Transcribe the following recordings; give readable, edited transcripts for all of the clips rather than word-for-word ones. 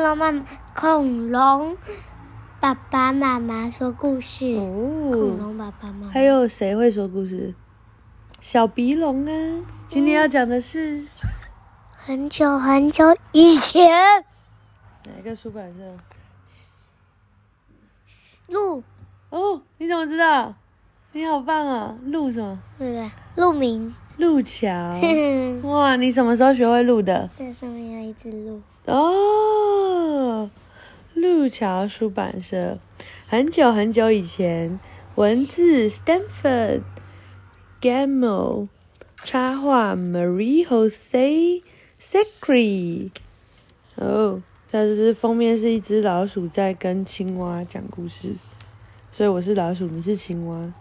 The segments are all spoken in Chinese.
恐龙爸爸妈妈说故事。恐龙爸爸妈妈。 还有谁会说故事？小鼻龙啊！今天要讲的是很久很久以前。 哪一个出版社？ 鹿。 哦，你怎么知道？你好棒啊！鹿什么？ 对，鹿鸣。 路桥。哇，你什么时候学会录的？ 这上面有一只鹿。 哦，路桥出版社，很久很久以前，文字 Stanford Gamble， 插画 Marie Jose Secchi。哦，它是封面是一只老鼠在跟青蛙讲故事，所以我是老鼠，你是青蛙。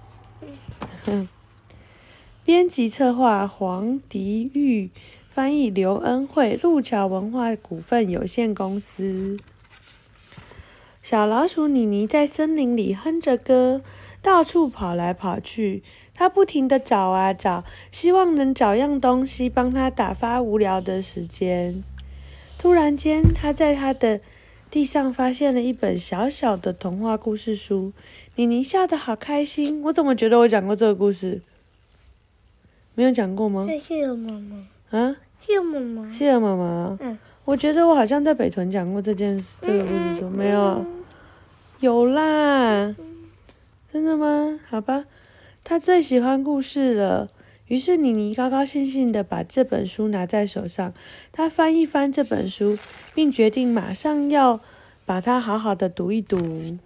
编辑策划黄迪玉，翻译刘恩惠，路桥文化股份有限公司。小老鼠妮妮在森林里哼着歌，到处跑来跑去。它不停地找啊找，希望能找样东西帮它打发无聊的时间。突然间，它在它的地上发现了一本小小的童话故事书。妮妮笑得好开心。我怎么觉得我讲过这个故事？没有讲过吗？ 谢尔妈妈。 啊？ 谢尔妈妈。 谢尔妈妈。我觉得我好像在北屯讲过这个故事书，没有？有啦。真的吗？好吧。他最喜欢故事了。于是妮妮高高兴兴地把这本书拿在手上，她翻一翻这本书，并决定马上要把它好好的读一读。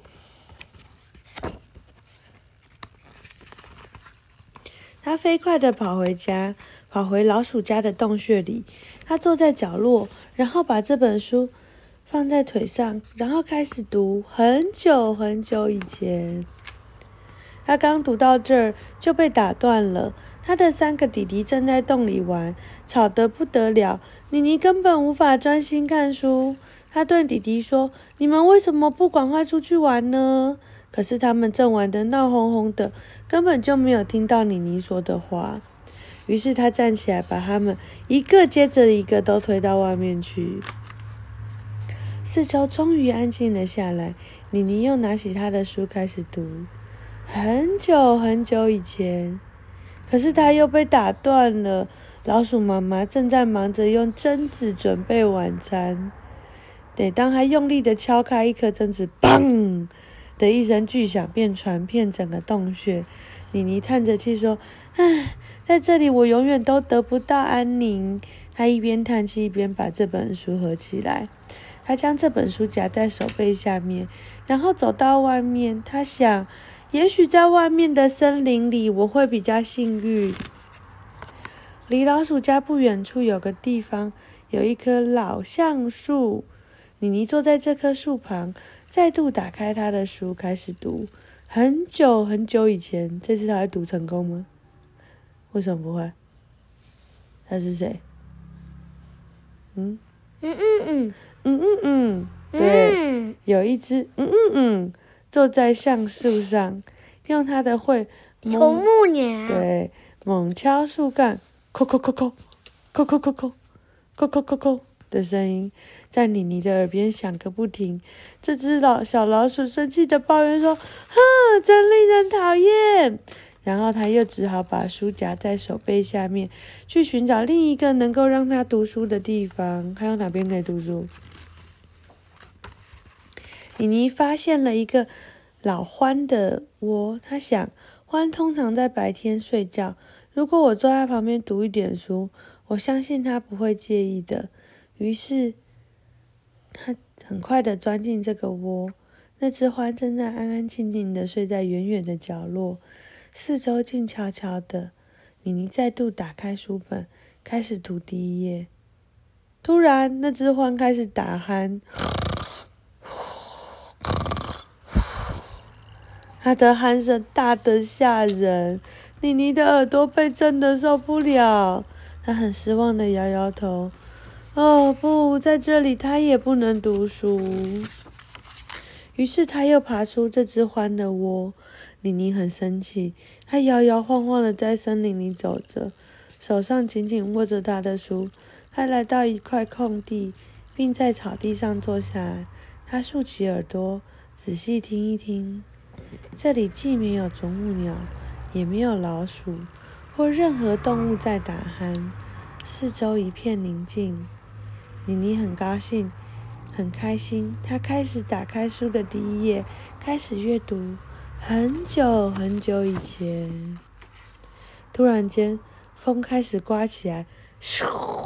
他飞快地跑回家，跑回老鼠家的洞穴里。他坐在角落，然后把这本书放在腿上，然后开始读。很久很久以前，他刚读到这儿就被打断了。他的3个弟弟正在洞里玩，吵得不得了。妮妮根本无法专心看书。他对弟弟说：“你们为什么不赶快出去玩呢？”可是他们正玩得闹哄哄的，根本就没有听到妮妮说的话。于是他站起来，把他们一个接着一个都推到外面去。四周终于安静了下来。妮妮又拿起她的书开始读。很久很久以前，可是她又被打断了。老鼠妈妈正在忙着用榛子准备晚餐。得当她用力的敲开一颗榛子，砰的一声巨响便传遍整个洞穴。妮妮叹着气说：“唉，在这里我永远都得不到安宁。”她一边叹气一边把这本书合起来。她将这本书夹在手背下面，然后走到外面。她想，也许在外面的森林里我会比较幸运。离老鼠家不远处有个地方，有一棵老橡树。妮妮坐在这棵树旁，再度打开她的书，开始读。很久很久以前，这次她会读成功吗？为什么不会？他是谁？对，有一只坐在橡树上，用它的喙啄木鸟。 对，猛敲树干，叩叩叩叩，叩叩叩叩，叩叩叩叩的声音在妮妮的耳边响个不停。这只小老鼠生气的抱怨说：“哼，真令人讨厌。”然后他又只好把书夹在手背下面，去寻找另一个能够让他读书的地方。还有哪边可以读书？妮妮发现了一个老獾的窝。他想，獾通常在白天睡觉，如果我坐在旁边读一点书，我相信他不会介意的。于是他很快地钻进这个窝。那只獾正在安安静静地睡在远远的角落，四周静悄悄的。妮妮再度打开书本，开始读第一页。突然，那只獾开始打鼾，它的鼾声大得吓人。妮妮的耳朵被震得受不了，她很失望地摇摇头。哦不，在这里她也不能读书。于是她又爬出这只獾的窝。妮妮很生气，她摇摇晃晃地在森林里走着，手上紧紧握着她的书。她来到一块空地， 并在草地上坐下来。他竖起耳朵，仔细听一听。这里既没有啄木鸟，也没有老鼠，或任何动物在打鼾。四周一片宁静。妮妮很高兴，很开心。她开始打开书的第一页，开始阅读。很久很久以前，突然间，风开始刮起来，咻，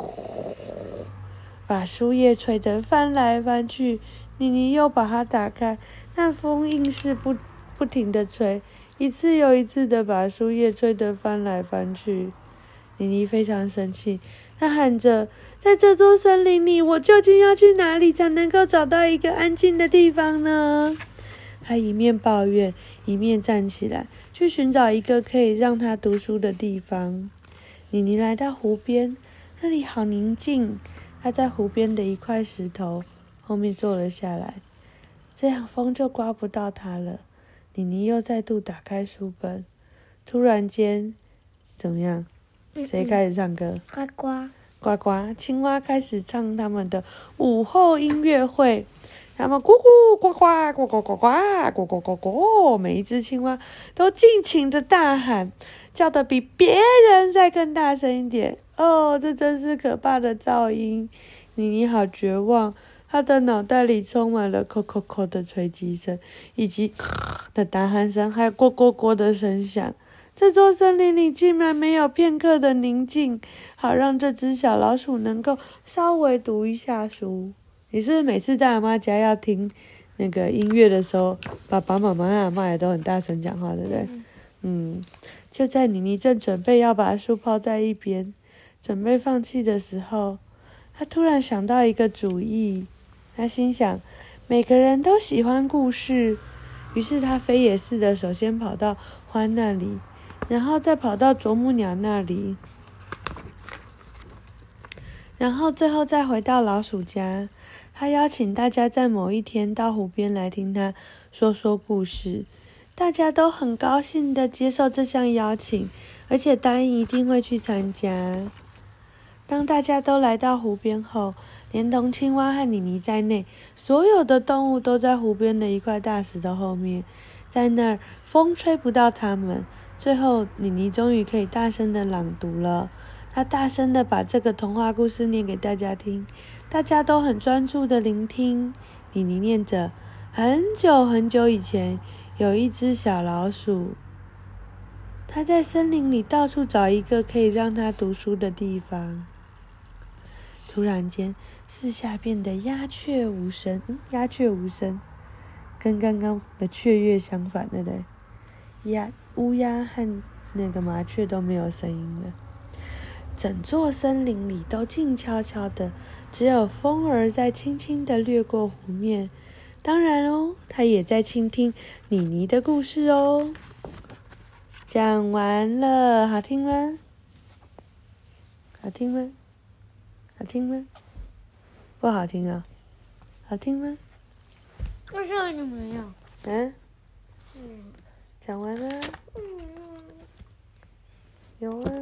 把书页吹得翻来翻去。妮妮又把它打开，但风硬是不停地吹，一次又一次地把书页吹得翻来翻去。妮妮非常生气，她喊着：“在这座森林里，我究竟要去哪里才能够找到一个安静的地方呢？”她一面抱怨，一面站起来，去寻找一个可以让她读书的地方。妮妮来到湖边，那里好宁静。她在湖边的一块石头后面坐了下来，这样风就刮不到她了。妮妮又再度打开书本，突然间，怎么样？谁开始唱歌？ 呱呱呱呱！青蛙开始唱他们的午后音乐会，他们咕咕呱呱呱呱呱呱呱呱呱呱，每一只青蛙都尽情的大喊，叫得比别人再更大声一点。哦，这真是可怕的噪音！妮妮好绝望，她的脑袋里充满了扣扣扣的锤击声，以及的打鼾声，还有咕咕咕的声响。这座森林里竟然没有片刻的宁静，好让这只小老鼠能够稍微读一下书。你是不是每次在阿妈家要听那个音乐的时候，爸爸妈妈和阿妈也都很大声讲话，对不对？就在妮妮正准备要把书抛在一边，准备放弃的时候，她突然想到一个主意。她心想，每个人都喜欢故事，于是她飞也似的首先跑到獾那里，然后再跑到啄木鸟那里，然后最后再回到老鼠家。他邀请大家在某一天到湖边来听他说说故事。大家都很高兴地接受这项邀请，而且答应一定会去参加。当大家都来到湖边后，连同青蛙和妮妮在内，所有的动物都在湖边的一块大石头后面，在那儿风吹不到它们。最后，妮妮终于可以大声地朗读了。她大声地把这个童话故事念给大家听，大家都很专注地聆听。妮妮念着：很久很久以前，有一只小老鼠，它在森林里到处找一个可以让它读书的地方。突然间，四下变得鸦雀无声。鸦雀无声，跟刚刚的雀跃相反，对不对？乌鸦和那个麻雀都没有声音了。整座森林里都静悄悄的，只有风儿在轻轻地掠过湖面。当然哦，它也在倾听妮妮的故事哦。讲完了，好听吗？好听吗？好听吗？不好听啊，好听吗？ 为什么没有？ 讲完了。有啊。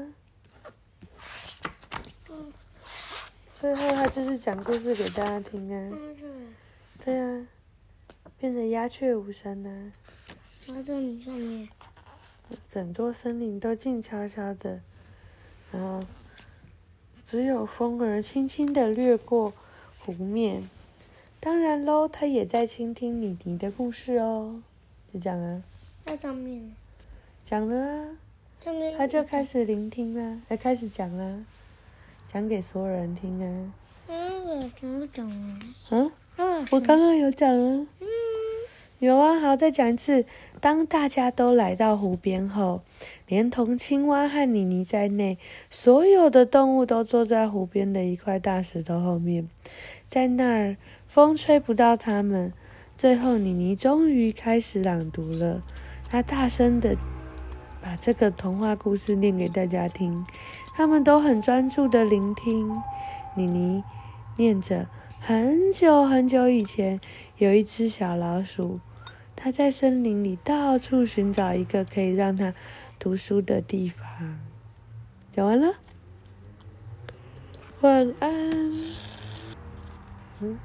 最后他就是讲故事给大家听啊。对啊，变得鸦雀无声啊。 它在你上面。 整座森林都静悄悄的，然后只有风儿轻轻地掠过湖面。当然喽，他也在倾听妮妮的故事哦。就讲啊。 在上面。 讲了啊。他就开始聆听啦，开始讲啦，讲给所有人听啊。 我全部讲了。 我刚刚有讲啊。有啊，好，再讲一次。当大家都来到湖边后，连同青蛙和妮妮在内，所有的动物都坐在湖边的一块大石头后面，在那儿风吹不到它们。最后，妮妮终于开始朗读了，她大声的把这个童话故事念给大家听，他们都很专注的聆听。妮妮念着：很久很久以前，有一只小老鼠，它在森林里到处寻找一个可以让它读书的地方。讲完了，晚安。